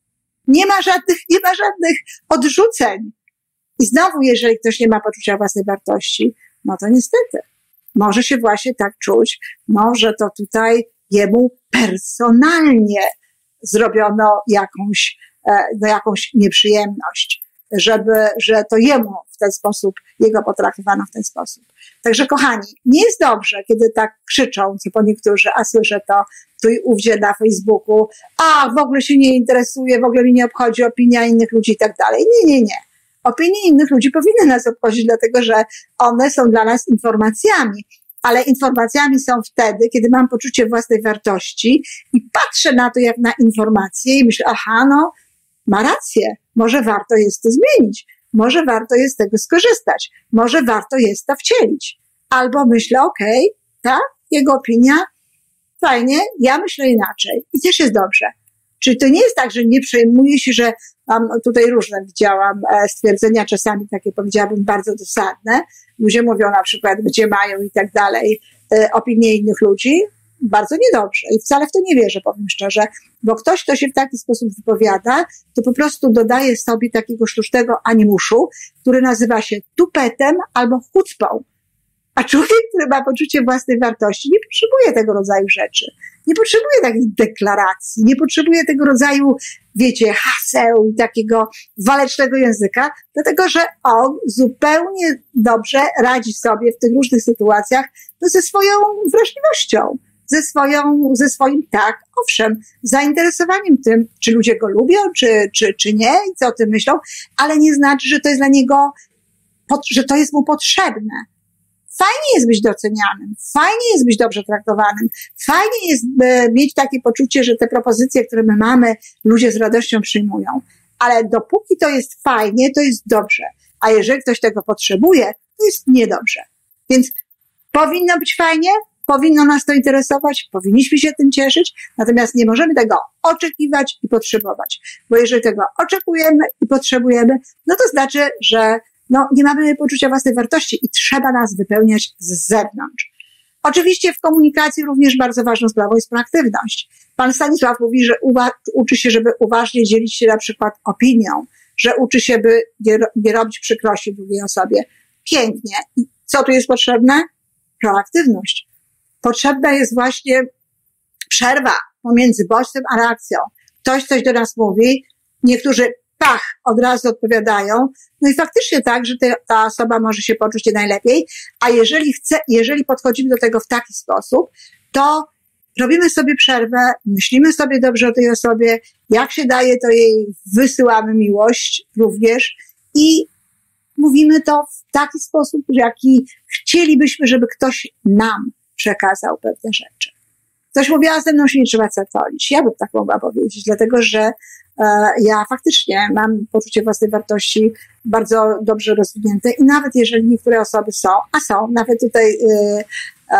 Nie ma żadnych, nie ma żadnych odrzuceń. I znowu, jeżeli ktoś nie ma poczucia własnej wartości, no to niestety może się właśnie tak czuć, no, że to tutaj jemu personalnie zrobiono jakąś, no, jakąś nieprzyjemność, żeby, że to jemu w ten sposób, jego potraktowano w ten sposób. Także kochani, nie jest dobrze, kiedy tak krzyczą, co po niektórzy, a słyszę to tu i ówdzie na Facebooku, a w ogóle się nie interesuje, w ogóle mi nie obchodzi opinia innych ludzi i tak dalej. Nie, nie, nie. Opinie innych ludzi powinny nas obchodzić, dlatego że one są dla nas informacjami, ale informacjami są wtedy, kiedy mam poczucie własnej wartości i patrzę na to jak na informację i myślę, aha, no, ma rację, może warto jest to zmienić, może warto jest z tego skorzystać, może warto jest to wcielić. Albo myślę, okej, okay, tak, jego opinia, fajnie, ja myślę inaczej i też jest dobrze. Czyli to nie jest tak, że nie przejmuję się, że mam tutaj różne widziałam stwierdzenia, czasami takie powiedziałabym bardzo dosadne. Ludzie mówią na przykład, gdzie mają i tak dalej opinie innych ludzi. Bardzo niedobrze i wcale w to nie wierzę, powiem szczerze, bo ktoś, kto się w taki sposób wypowiada, to po prostu dodaje sobie takiego sztucznego animuszu, który nazywa się tupetem albo chucpą. A człowiek, który ma poczucie własnej wartości, nie potrzebuje tego rodzaju rzeczy. Nie potrzebuje takich deklaracji, nie potrzebuje tego rodzaju, wiecie, haseł i takiego walecznego języka, dlatego że on zupełnie dobrze radzi sobie w tych różnych sytuacjach no, ze swoją wrażliwością, ze swoją, ze swoim tak, owszem, zainteresowaniem tym, czy ludzie go lubią, czy, czy, czy nie i co o tym myślą, ale nie znaczy, że to jest dla niego, że to jest mu potrzebne. Fajnie jest być docenianym, fajnie jest być dobrze traktowanym, fajnie jest e, mieć takie poczucie, że te propozycje, które my mamy, ludzie z radością przyjmują. Ale dopóki to jest fajnie, to jest dobrze. A jeżeli ktoś tego potrzebuje, to jest niedobrze. Więc powinno być fajnie? Powinno nas to interesować, powinniśmy się tym cieszyć, natomiast nie możemy tego oczekiwać i potrzebować. Bo jeżeli tego oczekujemy i potrzebujemy, no to znaczy, że no, nie mamy poczucia własnej wartości i trzeba nas wypełniać z zewnątrz. Oczywiście w komunikacji również bardzo ważną sprawą jest proaktywność. Pan Stanisław mówi, że uwa- uczy się, żeby uważnie dzielić się na przykład opinią, że uczy się, by nie, nie robić przykrości drugiej osobie. Pięknie. I co tu jest potrzebne? Proaktywność. Potrzebna jest właśnie przerwa pomiędzy bodźcem a reakcją. Ktoś coś do nas mówi, niektórzy pach, od razu odpowiadają, no i faktycznie tak, że te, ta osoba może się poczuć nie najlepiej, a jeżeli chce, jeżeli podchodzimy do tego w taki sposób, to robimy sobie przerwę, myślimy sobie dobrze o tej osobie, jak się daje, to jej wysyłamy miłość również i mówimy to w taki sposób, jaki chcielibyśmy, żeby ktoś nam przekazał pewne rzeczy. Ktoś mówi, a ze mną się nie trzeba catolić. Ja bym tak mogła powiedzieć, dlatego że e, ja faktycznie mam poczucie własnej wartości bardzo dobrze rozwinięte i nawet jeżeli niektóre osoby są, a są, nawet tutaj e, e,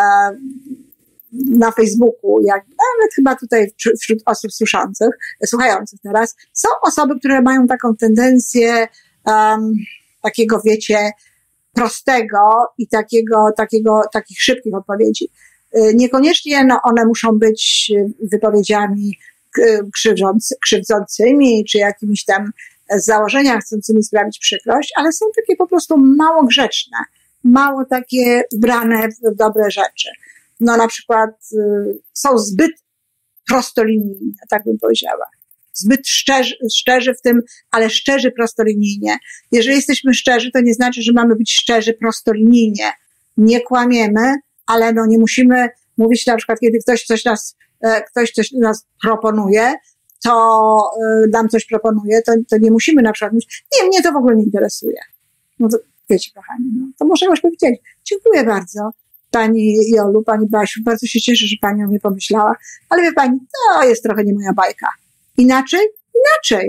na Facebooku, jak nawet chyba tutaj wśród osób słyszących, słuchających teraz, są osoby, które mają taką tendencję um, takiego, wiecie, prostego i takiego, takiego, takich szybkich odpowiedzi. Niekoniecznie no, one muszą być wypowiedziami krzywdzący, krzywdzącymi, czy jakimiś tam z założenia chcącymi sprawić przykrość, ale są takie po prostu mało grzeczne, mało takie ubrane w dobre rzeczy. No na przykład y, są zbyt prostolinijne, tak bym powiedziała. Zbyt szczerzy, szczerzy w tym, ale szczerzy prostolinijnie. Jeżeli jesteśmy szczerzy, to nie znaczy, że mamy być szczerzy prostolinijnie. Nie kłamiemy, ale no nie musimy mówić na przykład, kiedy ktoś coś nas, e, ktoś coś nas proponuje, to e, nam coś proponuje, to, to nie musimy na przykład mówić, nie, mnie to w ogóle nie interesuje. No to wiecie, kochani, no, to może jakoś powiedzieć, dziękuję bardzo. Pani Jolu, pani Basiu, bardzo się cieszę, że pani o mnie pomyślała, ale wie pani, to jest trochę nie moja bajka. Inaczej? Inaczej.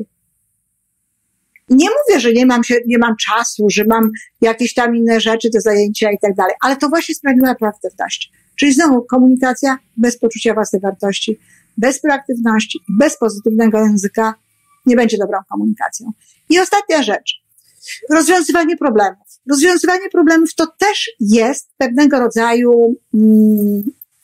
I nie mówię, że nie mam się, nie mam czasu, że mam jakieś tam inne rzeczy do zajęcia i tak dalej, ale to właśnie sprawiła proaktywność. Czyli znowu komunikacja bez poczucia własnej wartości, bez proaktywności, bez pozytywnego języka nie będzie dobrą komunikacją. I ostatnia rzecz. Rozwiązywanie problemów. Rozwiązywanie problemów to też jest pewnego rodzaju mm,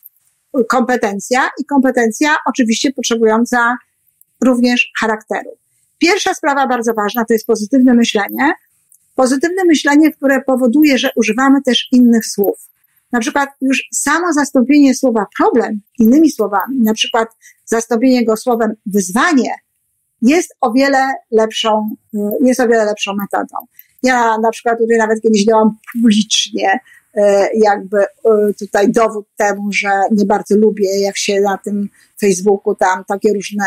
kompetencja i kompetencja oczywiście potrzebująca również charakteru. Pierwsza sprawa bardzo ważna to jest pozytywne myślenie. Pozytywne myślenie, które powoduje, że używamy też innych słów. Na przykład już samo zastąpienie słowa problem innymi słowami, na przykład zastąpienie go słowem wyzwanie jest o wiele lepszą, jest o wiele lepszą metodą. Ja na przykład tutaj nawet kiedyś dałam publicznie jakby tutaj dowód temu, że nie bardzo lubię, jak się na tym Facebooku tam takie różne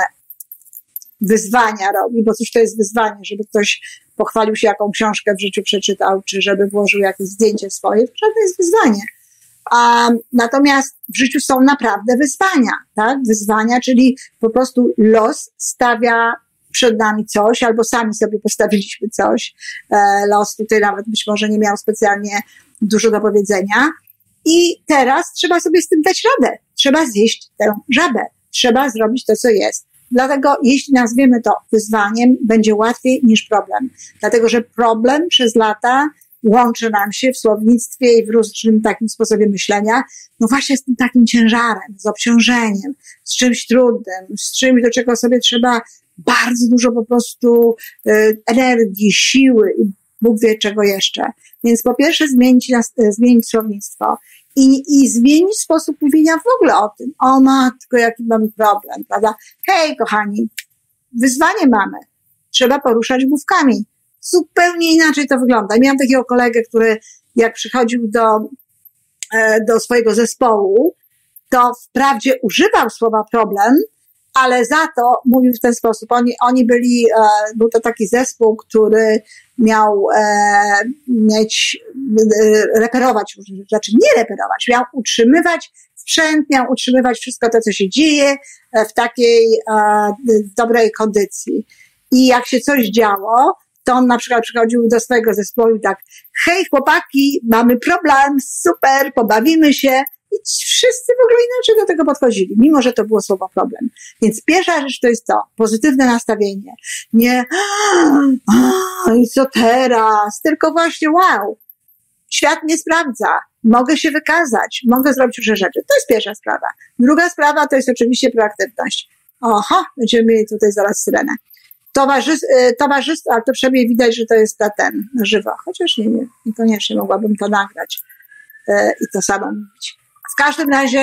wyzwania robi, bo cóż to jest wyzwanie, żeby ktoś pochwalił się, jaką książkę w życiu przeczytał, czy żeby włożył jakieś zdjęcie swoje, to jest wyzwanie. A, natomiast w życiu są naprawdę wyzwania, tak? Wyzwania, czyli po prostu los stawia przed nami coś, albo sami sobie postawiliśmy coś. E, los tutaj nawet być może nie miał specjalnie dużo do powiedzenia. I teraz trzeba sobie z tym dać radę. Trzeba zjeść tę żabę. Trzeba zrobić to, co jest. Dlatego jeśli nazwiemy to wyzwaniem, będzie łatwiej niż problem. Dlatego, że problem przez lata łączy nam się w słownictwie i w różnym takim sposobie myślenia, no właśnie z tym takim ciężarem, z obciążeniem, z czymś trudnym, z czymś, do czego sobie trzeba bardzo dużo po prostu y, energii, siły i Bóg wie czego jeszcze. Więc po pierwsze zmienić, nas, zmienić słownictwo i, i zmienić sposób mówienia w ogóle o tym. O matko, jaki mamy problem, prawda? Hej, kochani, wyzwanie mamy. Trzeba poruszać główkami. Zupełnie inaczej to wygląda. Miałam takiego kolegę, który jak przychodził do, do swojego zespołu, to wprawdzie używał słowa problem, ale za to mówił w ten sposób. Oni, oni byli, był to taki zespół, który miał mieć, reperować, znaczy nie reperować, miał utrzymywać sprzęt, miał utrzymywać wszystko to, co się dzieje w takiej w dobrej kondycji. I jak się coś działo, to on na przykład przychodził do swojego zespołu i tak, hej chłopaki, mamy problem, super, pobawimy się. I I wszyscy w ogóle inaczej do tego podchodzili, mimo że to było słowo problem. Więc pierwsza rzecz to jest to, pozytywne nastawienie. Nie, i co teraz? Tylko właśnie wow, świat mnie sprawdza, mogę się wykazać, mogę zrobić różne rzeczy. To jest pierwsza sprawa. Druga sprawa to jest oczywiście proaktywność. Oho, będziemy mieli tutaj zaraz syrenę. Towarzystwo, towarzystwo, ale to przynajmniej widać, że to jest na ten, na żywo. Chociaż nie, nie, niekoniecznie mogłabym to nagrać e, i to samo mówić. W każdym razie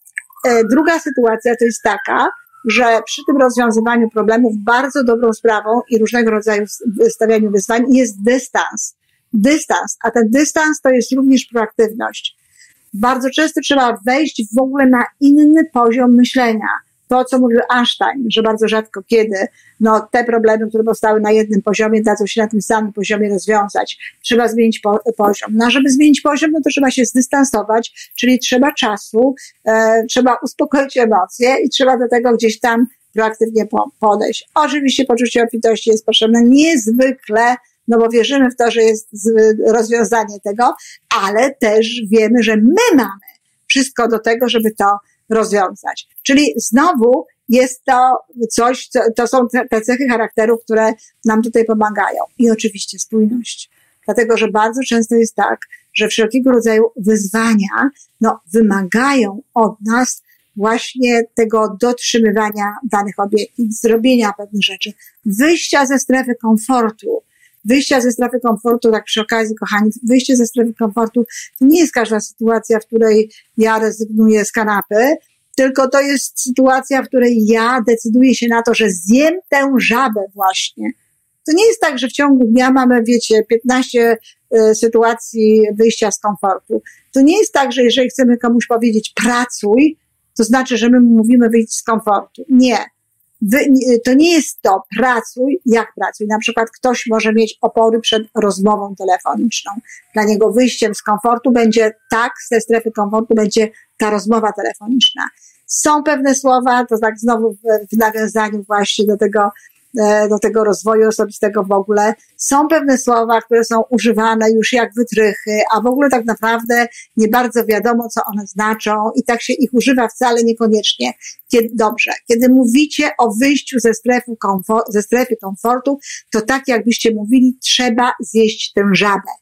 e, druga sytuacja to jest taka, że przy tym rozwiązywaniu problemów bardzo dobrą sprawą i różnego rodzaju stawianiu wyzwań jest dystans. Dystans, a ten dystans to jest również proaktywność. Bardzo często trzeba wejść w ogóle na inny poziom myślenia. To, co mówił Einstein, że bardzo rzadko kiedy no, te problemy, które powstały na jednym poziomie, dadzą się na tym samym poziomie rozwiązać. Trzeba zmienić po, poziom. No, a żeby zmienić poziom, no to trzeba się zdystansować, czyli trzeba czasu, e, trzeba uspokoić emocje i trzeba do tego gdzieś tam proaktywnie po, podejść. Oczywiście poczucie obfitości jest potrzebne niezwykle, no bo wierzymy w to, że jest rozwiązanie tego, ale też wiemy, że my mamy wszystko do tego, żeby to rozwiązać. Czyli znowu jest to coś, co, to są te, te cechy charakteru, które nam tutaj pomagają. I oczywiście spójność. Dlatego, że bardzo często jest tak, że wszelkiego rodzaju wyzwania, no, wymagają od nas właśnie tego dotrzymywania danych obietnic, zrobienia pewnych rzeczy, wyjścia ze strefy komfortu. Wyjścia ze strefy komfortu, tak przy okazji, kochani, wyjście ze strefy komfortu to nie jest każda sytuacja, w której ja rezygnuję z kanapy, tylko to jest sytuacja, w której ja decyduję się na to, że zjem tę żabę właśnie. To nie jest tak, że w ciągu dnia mamy, wiecie, piętnaście y, sytuacji wyjścia z komfortu. To nie jest tak, że jeżeli chcemy komuś powiedzieć pracuj, to znaczy, że my mu mówimy wyjść z komfortu. Nie. Wy, to nie jest to pracuj, jak pracuj. Na przykład ktoś może mieć opory przed rozmową telefoniczną. Dla niego wyjściem z komfortu będzie tak, ze strefy komfortu będzie ta rozmowa telefoniczna. Są pewne słowa, to tak znowu w, w nawiązaniu właśnie do tego, do tego rozwoju osobistego w ogóle. Są pewne słowa, które są używane już jak wytrychy, a w ogóle tak naprawdę nie bardzo wiadomo, co one znaczą i tak się ich używa wcale niekoniecznie. Kiedy, dobrze, kiedy mówicie o wyjściu ze strefy, komfor- ze strefy komfortu, to tak jakbyście mówili, trzeba zjeść tę żabę.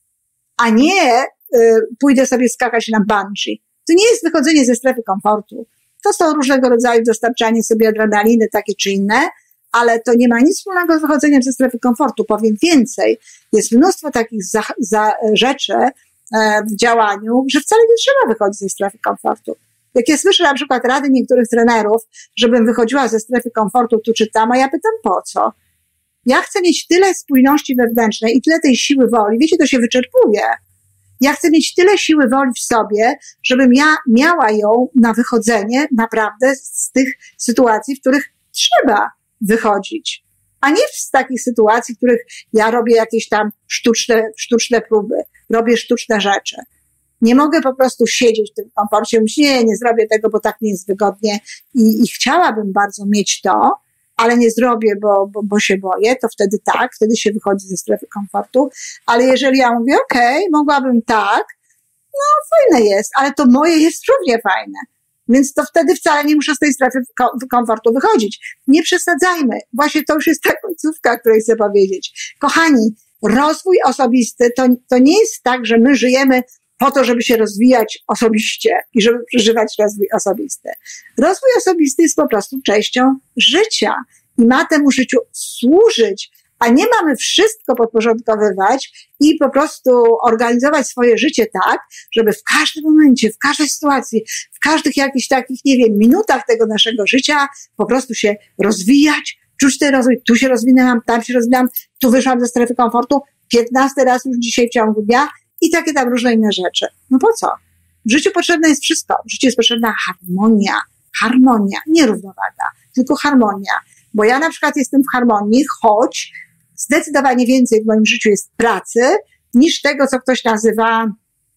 A nie y, pójdę sobie skakać na bungee. To nie jest wychodzenie ze strefy komfortu. To są różnego rodzaju dostarczanie sobie adrenaliny, takie czy inne, ale to nie ma nic wspólnego z wychodzeniem ze strefy komfortu. Powiem więcej, jest mnóstwo takich za, za rzeczy e, w działaniu, że wcale nie trzeba wychodzić ze strefy komfortu. Jak ja słyszę na przykład rady niektórych trenerów, żebym wychodziła ze strefy komfortu tu czy tam, a ja pytam po co? Ja chcę mieć tyle spójności wewnętrznej i tyle tej siły woli, wiecie, to się wyczerpuje. Ja chcę mieć tyle siły woli w sobie, żebym ja miała ją na wychodzenie naprawdę z tych sytuacji, w których trzeba wychodzić, a nie z takich sytuacji, w których ja robię jakieś tam sztuczne, sztuczne próby, robię sztuczne rzeczy. Nie mogę po prostu siedzieć w tym komforcie, mówić, nie, nie zrobię tego, bo tak nie jest wygodnie i, i chciałabym bardzo mieć to, ale nie zrobię, bo, bo, bo się boję, to wtedy tak, wtedy się wychodzi ze strefy komfortu, ale jeżeli ja mówię, okej, okay, mogłabym tak, no fajne jest, ale to moje jest równie fajne. Więc to wtedy wcale nie muszę z tej strefy komfortu wychodzić. Nie przesadzajmy. Właśnie to już jest ta końcówka, której chcę powiedzieć. Kochani, rozwój osobisty to, to nie jest tak, że my żyjemy po to, żeby się rozwijać osobiście i żeby przeżywać rozwój osobisty. Rozwój osobisty jest po prostu częścią życia i ma temu życiu służyć, a nie mamy wszystko podporządkowywać i po prostu organizować swoje życie tak, żeby w każdym momencie, w każdej sytuacji, w każdych jakichś takich, nie wiem, minutach tego naszego życia po prostu się rozwijać, czuć ten rozwój, tu się rozwinęłam, tam się rozwinęłam, tu wyszłam ze strefy komfortu, piętnasty raz już dzisiaj w ciągu dnia i takie tam różne inne rzeczy. No po co? W życiu potrzebne jest wszystko. W życiu jest potrzebna harmonia. Harmonia, nie równowaga, tylko harmonia. Bo ja na przykład jestem w harmonii, choć zdecydowanie więcej w moim życiu jest pracy niż tego, co ktoś nazywa,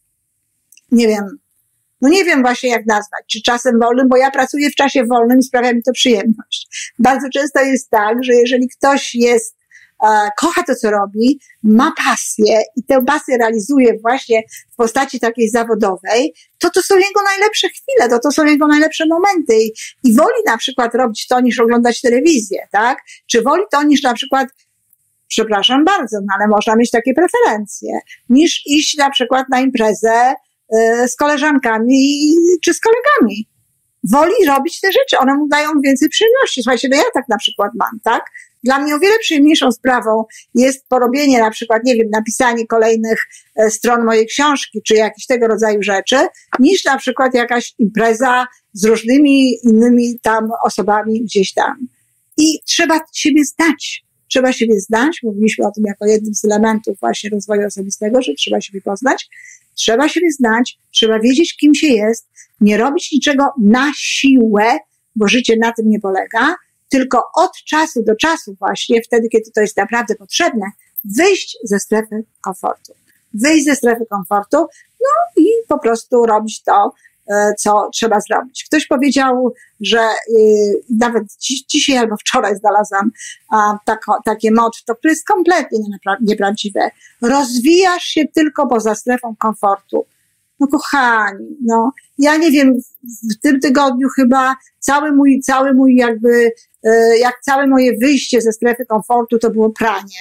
nie wiem, no nie wiem właśnie jak nazwać, czy czasem wolnym, bo ja pracuję w czasie wolnym i sprawia mi to przyjemność. Bardzo często jest tak, że jeżeli ktoś jest kocha to, co robi, ma pasję i tę pasję realizuje właśnie w postaci takiej zawodowej, to to są jego najlepsze chwile, to to są jego najlepsze momenty i, i woli na przykład robić to, niż oglądać telewizję, tak? Czy woli to, niż na przykład, przepraszam bardzo, no ale można mieć takie preferencje, niż iść na przykład na imprezę y, z koleżankami czy z kolegami. Woli robić te rzeczy, one mu dają więcej przyjemności. Słuchajcie, no ja tak na przykład mam, tak? Dla mnie o wiele przyjemniejszą sprawą jest porobienie na przykład, nie wiem, napisanie kolejnych e, stron mojej książki, czy jakichś tego rodzaju rzeczy, niż na przykład jakaś impreza z różnymi innymi tam osobami gdzieś tam. I trzeba siebie znać. Trzeba siebie znać. Mówiliśmy o tym jako jednym z elementów właśnie rozwoju osobistego, że trzeba siebie poznać. Trzeba siebie znać, trzeba wiedzieć, kim się jest, nie robić niczego na siłę, bo życie na tym nie polega, tylko od czasu do czasu właśnie, wtedy, kiedy to jest naprawdę potrzebne, wyjść ze strefy komfortu. Wyjść ze strefy komfortu, no i po prostu robić to, co trzeba zrobić. Ktoś powiedział, że yy, nawet dziś, dzisiaj albo wczoraj znalazłam a, tako, takie motto, które jest kompletnie nieprawdziwe. Rozwijasz się tylko poza strefą komfortu. No kochani, no ja nie wiem, w tym tygodniu chyba cały mój, cały mój jakby, yy, jak całe moje wyjście ze strefy komfortu to było pranie,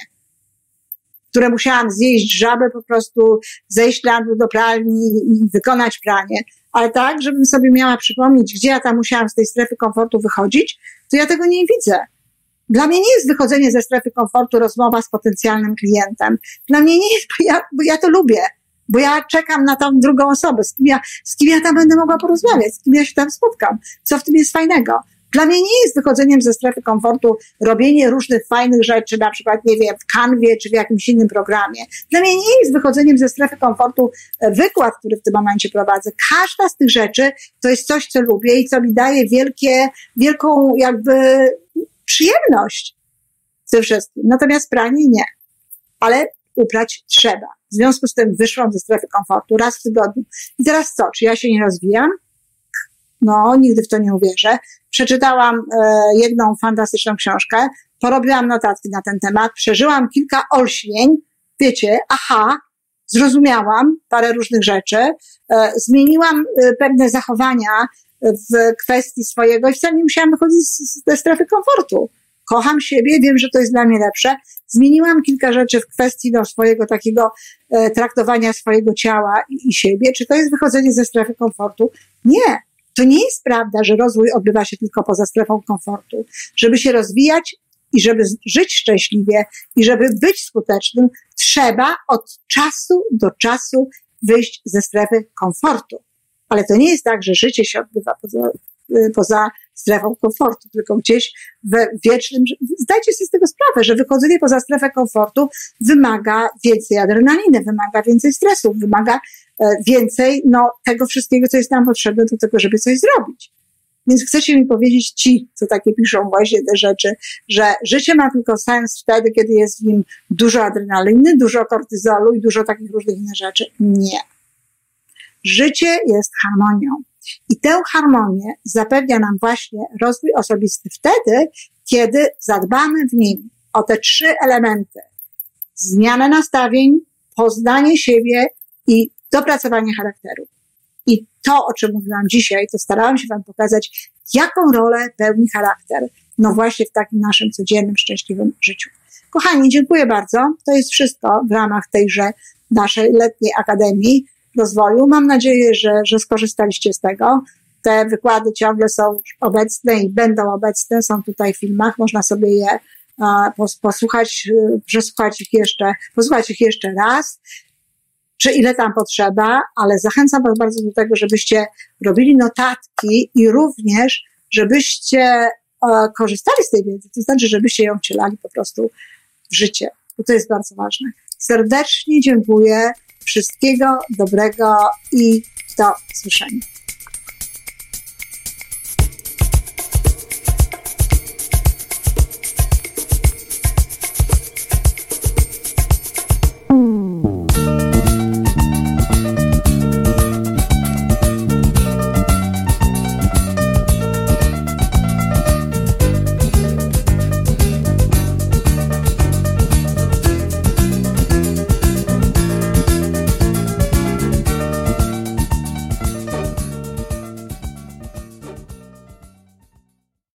które musiałam zjeść żabę, po prostu zejść na dół do pralni i wykonać pranie. Ale tak, żebym sobie miała przypomnieć, gdzie ja tam musiałam z tej strefy komfortu wychodzić, to ja tego nie widzę. Dla mnie nie jest wychodzenie ze strefy komfortu rozmowa z potencjalnym klientem. Dla mnie nie jest, bo ja, bo ja to lubię, bo ja czekam na tą drugą osobę, z kim ja, z kim ja tam będę mogła porozmawiać, z kim ja się tam spotkam, co w tym jest fajnego. Dla mnie nie jest wychodzeniem ze strefy komfortu robienie różnych fajnych rzeczy, na przykład, nie wiem, w Canwie czy w jakimś innym programie. Dla mnie nie jest wychodzeniem ze strefy komfortu wykład, który w tym momencie prowadzę. Każda z tych rzeczy to jest coś, co lubię i co mi daje wielkie, wielką jakby przyjemność w tym wszystkim. Natomiast pranie nie. Ale uprać trzeba. W związku z tym wyszłam ze strefy komfortu raz w tygodniu. I teraz co? Czy ja się nie rozwijam? No, nigdy w to nie uwierzę. Przeczytałam e, jedną fantastyczną książkę, porobiłam notatki na ten temat, przeżyłam kilka olśnień, wiecie, aha, zrozumiałam parę różnych rzeczy, e, zmieniłam e, pewne zachowania w kwestii swojego i wcale nie musiałam wychodzić z, ze strefy komfortu. Kocham siebie, wiem, że to jest dla mnie lepsze. Zmieniłam kilka rzeczy w kwestii no, swojego takiego e, traktowania swojego ciała i, i siebie. Czy to jest wychodzenie ze strefy komfortu? Nie. To nie jest prawda, że rozwój odbywa się tylko poza strefą komfortu. Żeby się rozwijać i żeby żyć szczęśliwie i żeby być skutecznym, trzeba od czasu do czasu wyjść ze strefy komfortu. Ale to nie jest tak, że życie się odbywa poza, poza strefą komfortu, tylko gdzieś we wiecznym... Zdajcie sobie z tego sprawę, że wychodzenie poza strefę komfortu wymaga więcej adrenaliny, wymaga więcej stresu, wymaga więcej no, tego wszystkiego, co jest nam potrzebne do tego, żeby coś zrobić. Więc chcecie mi powiedzieć ci, co takie piszą właśnie te rzeczy, że życie ma tylko sens wtedy, kiedy jest w nim dużo adrenaliny, dużo kortyzolu i dużo takich różnych innych rzeczy? Nie. Życie jest harmonią. I tę harmonię zapewnia nam właśnie rozwój osobisty wtedy, kiedy zadbamy w nim o te trzy elementy. Zmianę nastawień, poznanie siebie i dopracowanie charakteru. I to, o czym mówiłam dzisiaj, to starałam się wam pokazać, jaką rolę pełni charakter. No właśnie w takim naszym codziennym, szczęśliwym życiu. Kochani, dziękuję bardzo. To jest wszystko w ramach tejże naszej letniej Akademii Rozwoju. Mam nadzieję, że, że skorzystaliście z tego. Te wykłady ciągle są obecne i będą obecne. Są tutaj w filmach. Można sobie je uh, posłuchać, przesłuchać ich jeszcze, posłuchać ich jeszcze raz. Czy ile tam potrzeba, ale zachęcam was bardzo do tego, żebyście robili notatki i również, żebyście e, korzystali z tej wiedzy, to znaczy, żebyście ją wcielali po prostu w życie, bo to jest bardzo ważne. Serdecznie dziękuję, wszystkiego dobrego i do usłyszenia.